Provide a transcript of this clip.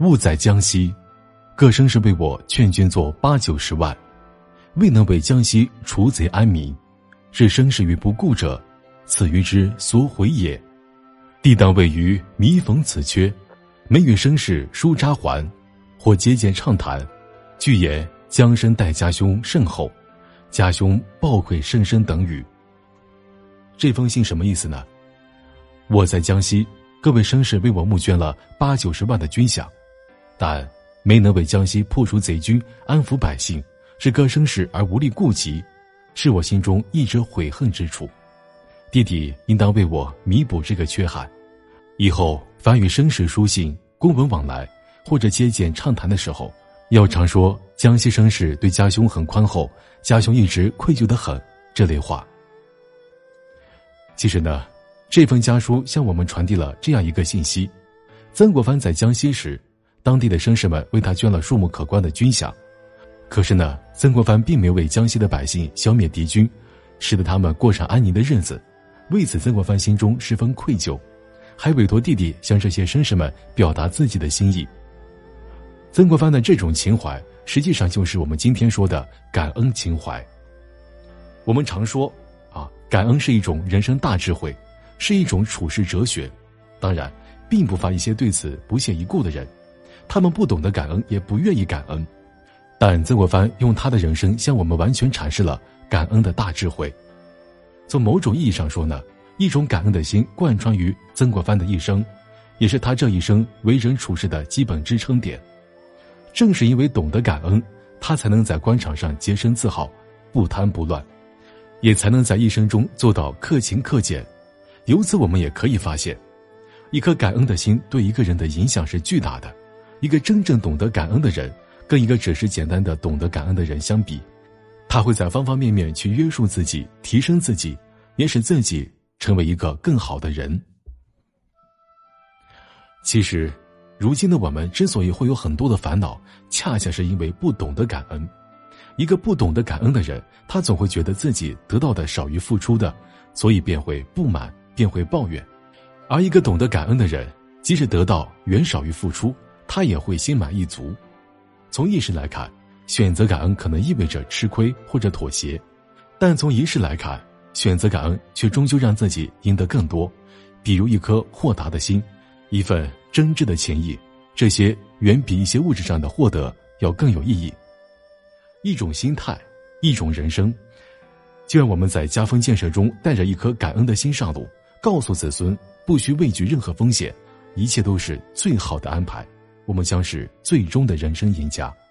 物在江西，各生士为我劝君作8、90万，未能为江西除贼安民，是生事于不顾者，此于之所毁也。帝当位于弥缝此缺，每与生士书札还，或接见畅谈，据言江身待家兄甚厚，家兄报馈甚深等语。这封信什么意思呢？我在江西，各位绅士为我募捐了8、90万的军饷，但没能为江西破除贼军，安抚百姓，是各绅士而无力顾及，是我心中一直悔恨之处。弟弟应当为我弥补这个缺憾，以后凡与绅士书信、公文往来，或者接见畅谈的时候，要常说江西绅士对家兄很宽厚，家兄一直愧疚得很，这类话。其实呢，这封家书向我们传递了这样一个信息：曾国藩在江西时，当地的绅士们为他捐了数目可观的军饷，可是呢，曾国藩并没有为江西的百姓消灭敌军，使得他们过上安宁的日子，为此曾国藩心中十分愧疚，还委托弟弟向这些绅士们表达自己的心意。曾国藩的这种情怀，实际上就是我们今天说的感恩情怀。我们常说感恩是一种人生大智慧，是一种处世哲学。当然，并不乏一些对此不屑一顾的人，他们不懂得感恩，也不愿意感恩。但曾国藩用他的人生向我们完全阐释了感恩的大智慧。从某种意义上说呢，一种感恩的心贯穿于曾国藩的一生，也是他这一生为人处事的基本支撑点。正是因为懂得感恩，他才能在官场上洁身自好，不贪不乱，也才能在一生中做到克勤克俭。由此我们也可以发现，一颗感恩的心对一个人的影响是巨大的。一个真正懂得感恩的人，跟一个只是简单的懂得感恩的人相比，他会在方方面面去约束自己，提升自己，也使自己成为一个更好的人。其实如今的我们之所以会有很多的烦恼，恰恰是因为不懂得感恩。一个不懂得感恩的人，他总会觉得自己得到的少于付出的，所以便会不满，便会抱怨。而一个懂得感恩的人，即使得到远少于付出，他也会心满意足。从意识来看，选择感恩可能意味着吃亏或者妥协，但从仪式来看，选择感恩却终究让自己赢得更多，比如一颗豁达的心，一份真挚的情谊，这些远比一些物质上的获得要更有意义。一种心态，一种人生，就让我们在家风建设中带着一颗感恩的心上路，告诉子孙不需畏惧任何风险，一切都是最好的安排，我们将是最终的人生赢家。